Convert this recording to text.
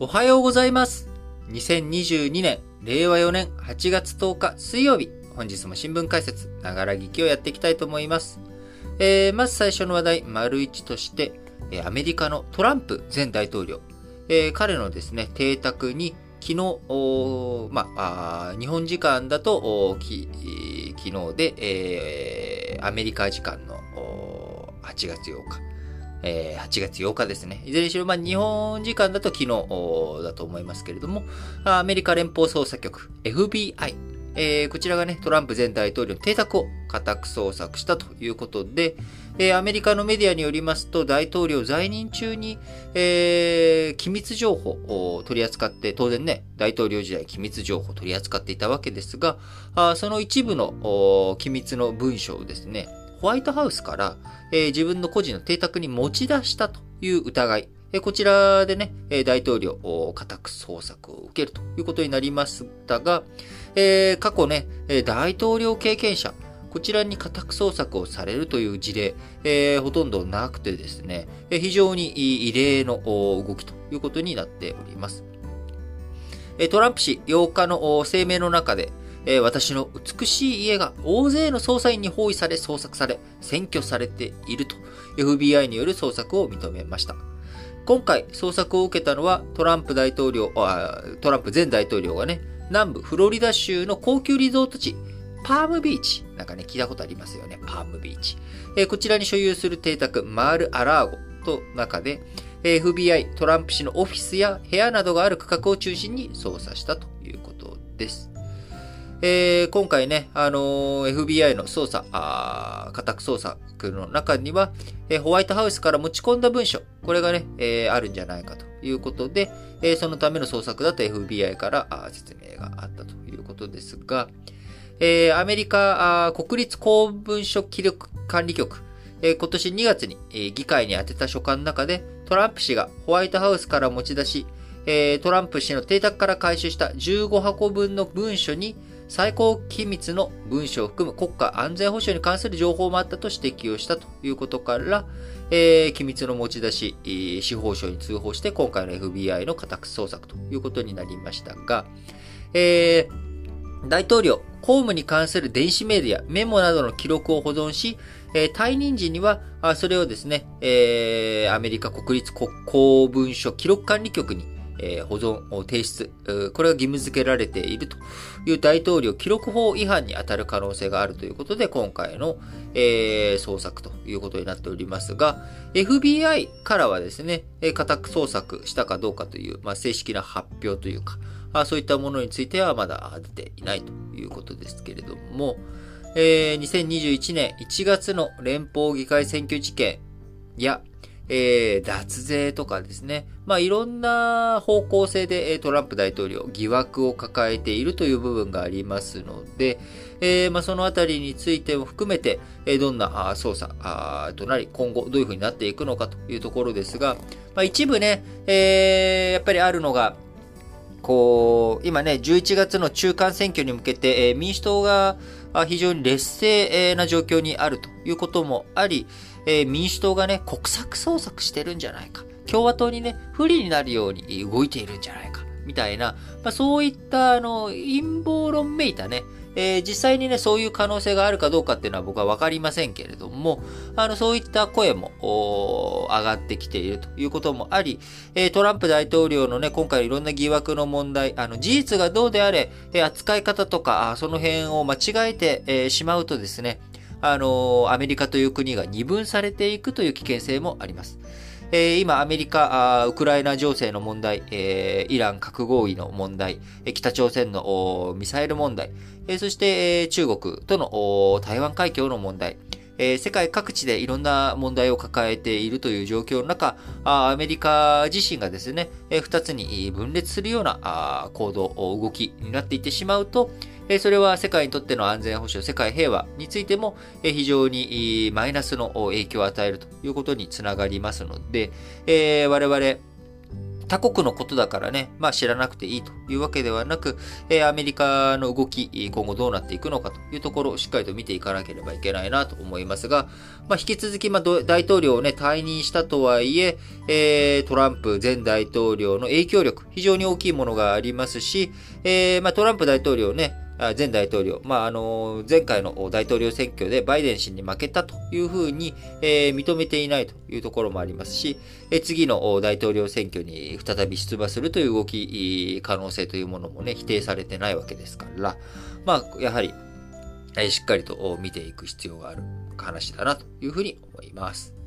おはようございます。2022年、令和4年8月10日水曜日、本日も新聞解説、ながら聞きをやっていきたいと思います。まず最初の話題、丸1として、アメリカのトランプ前大統領、彼のですね、邸宅に昨日、日本時間だと昨日で、アメリカ時間の8月8日、8月8日ですね。いずれにしろ、日本時間だと昨日だと思いますけれども、アメリカ連邦捜査局 FBI、こちらがね、トランプ前大統領の邸宅を家宅捜索したということで、アメリカのメディアによりますと、大統領在任中に、機密情報を取り扱って、当然ね、大統領時代機密情報を取り扱っていたわけですが、その一部の機密の文書をですね、ホワイトハウスから、自分の個人の邸宅に持ち出したという疑い。こちらでね、大統領家宅捜索を受けるということになりましたが、過去ね、大統領経験者、こちらに家宅捜索をされるという事例、ほとんどなくてですね、非常に異例の動きということになっております。トランプ氏8日の声明の中で、私の美しい家が大勢の捜査員に包囲され捜索され占拠されていると FBI による捜索を認めました。今回捜索を受けたのはトランプ前大統領がね、南部フロリダ州の高級リゾート地パームビーチ、なんかね聞いたことありますよね、パームビーチ。こちらに所有する邸宅マール・アラーゴと中でFBI トランプ氏のオフィスや部屋などがある区画を中心に捜査したということです。今回ね、FBI の捜査、家宅捜索の中には、ホワイトハウスから持ち込んだ文書、これがね、あるんじゃないかということで、そのための捜索だと FBI から説明があったということですが、アメリカ国立公文書記録管理局、今年2月に議会に宛てた書簡の中で、トランプ氏がホワイトハウスから持ち出し、トランプ氏の邸宅から回収した15箱分の文書に、最高機密の文書を含む国家安全保障に関する情報もあったと指摘をしたということから、機密の持ち出し、司法省に通報して今回の FBI の家宅捜索ということになりましたが、大統領、公務に関する電子メールやメモなどの記録を保存し、退任時には、それをですね、アメリカ国立公文書記録管理局に保存、提出、これが義務付けられているという大統領記録法違反に当たる可能性があるということで、今回の、捜索ということになっておりますが、FBI からはですね、家宅捜索したかどうかという、正式な発表というか、そういったものについてはまだ出ていないということですけれども、2021年1月の連邦議会選挙事件や、脱税とかですね。いろんな方向性でトランプ大統領疑惑を抱えているという部分がありますので、そのあたりについても含めて、どんな捜査となり、今後どういうふうになっていくのかというところですが、一部ね、やっぱりあるのが、今ね、11月の中間選挙に向けて、民主党が非常に劣勢な状況にあるということもあり、民主党がね、国策捜索してるんじゃないか。共和党にね、不利になるように動いているんじゃないか。みたいな、そういった陰謀論めいたね、実際にね、そういう可能性があるかどうかっていうのは僕はわかりませんけれども、そういった声も上がってきているということもあり、トランプ大統領のね、今回いろんな疑惑の問題、事実がどうであれ、扱い方とか、その辺を間違えてしまうとですね、アメリカという国が二分されていくという危険性もあります。今、アメリカ、ウクライナ情勢の問題、イラン核合意の問題、北朝鮮のミサイル問題、そして中国との台湾海峡の問題、世界各地でいろんな問題を抱えているという状況の中、アメリカ自身がですね、二つに分裂するような行動、動きになっていってしまうと、それは世界にとっての安全保障、世界平和についても非常にマイナスの影響を与えるということにつながりますので、我々、 他国のことだからね、知らなくていいというわけではなく、アメリカの動き、今後どうなっていくのかというところをしっかりと見ていかなければいけないなと思いますが、引き続き、大統領をね、退任したとはいえ、トランプ前大統領の影響力、非常に大きいものがありますし、トランプ大統領ね、前大統領、前回の大統領選挙でバイデン氏に負けたというふうに、認めていないというところもありますし、次の大統領選挙に再び出馬するという動き、可能性というものもね、否定されてないわけですから、やはり、しっかりと見ていく必要がある話だなというふうに思います。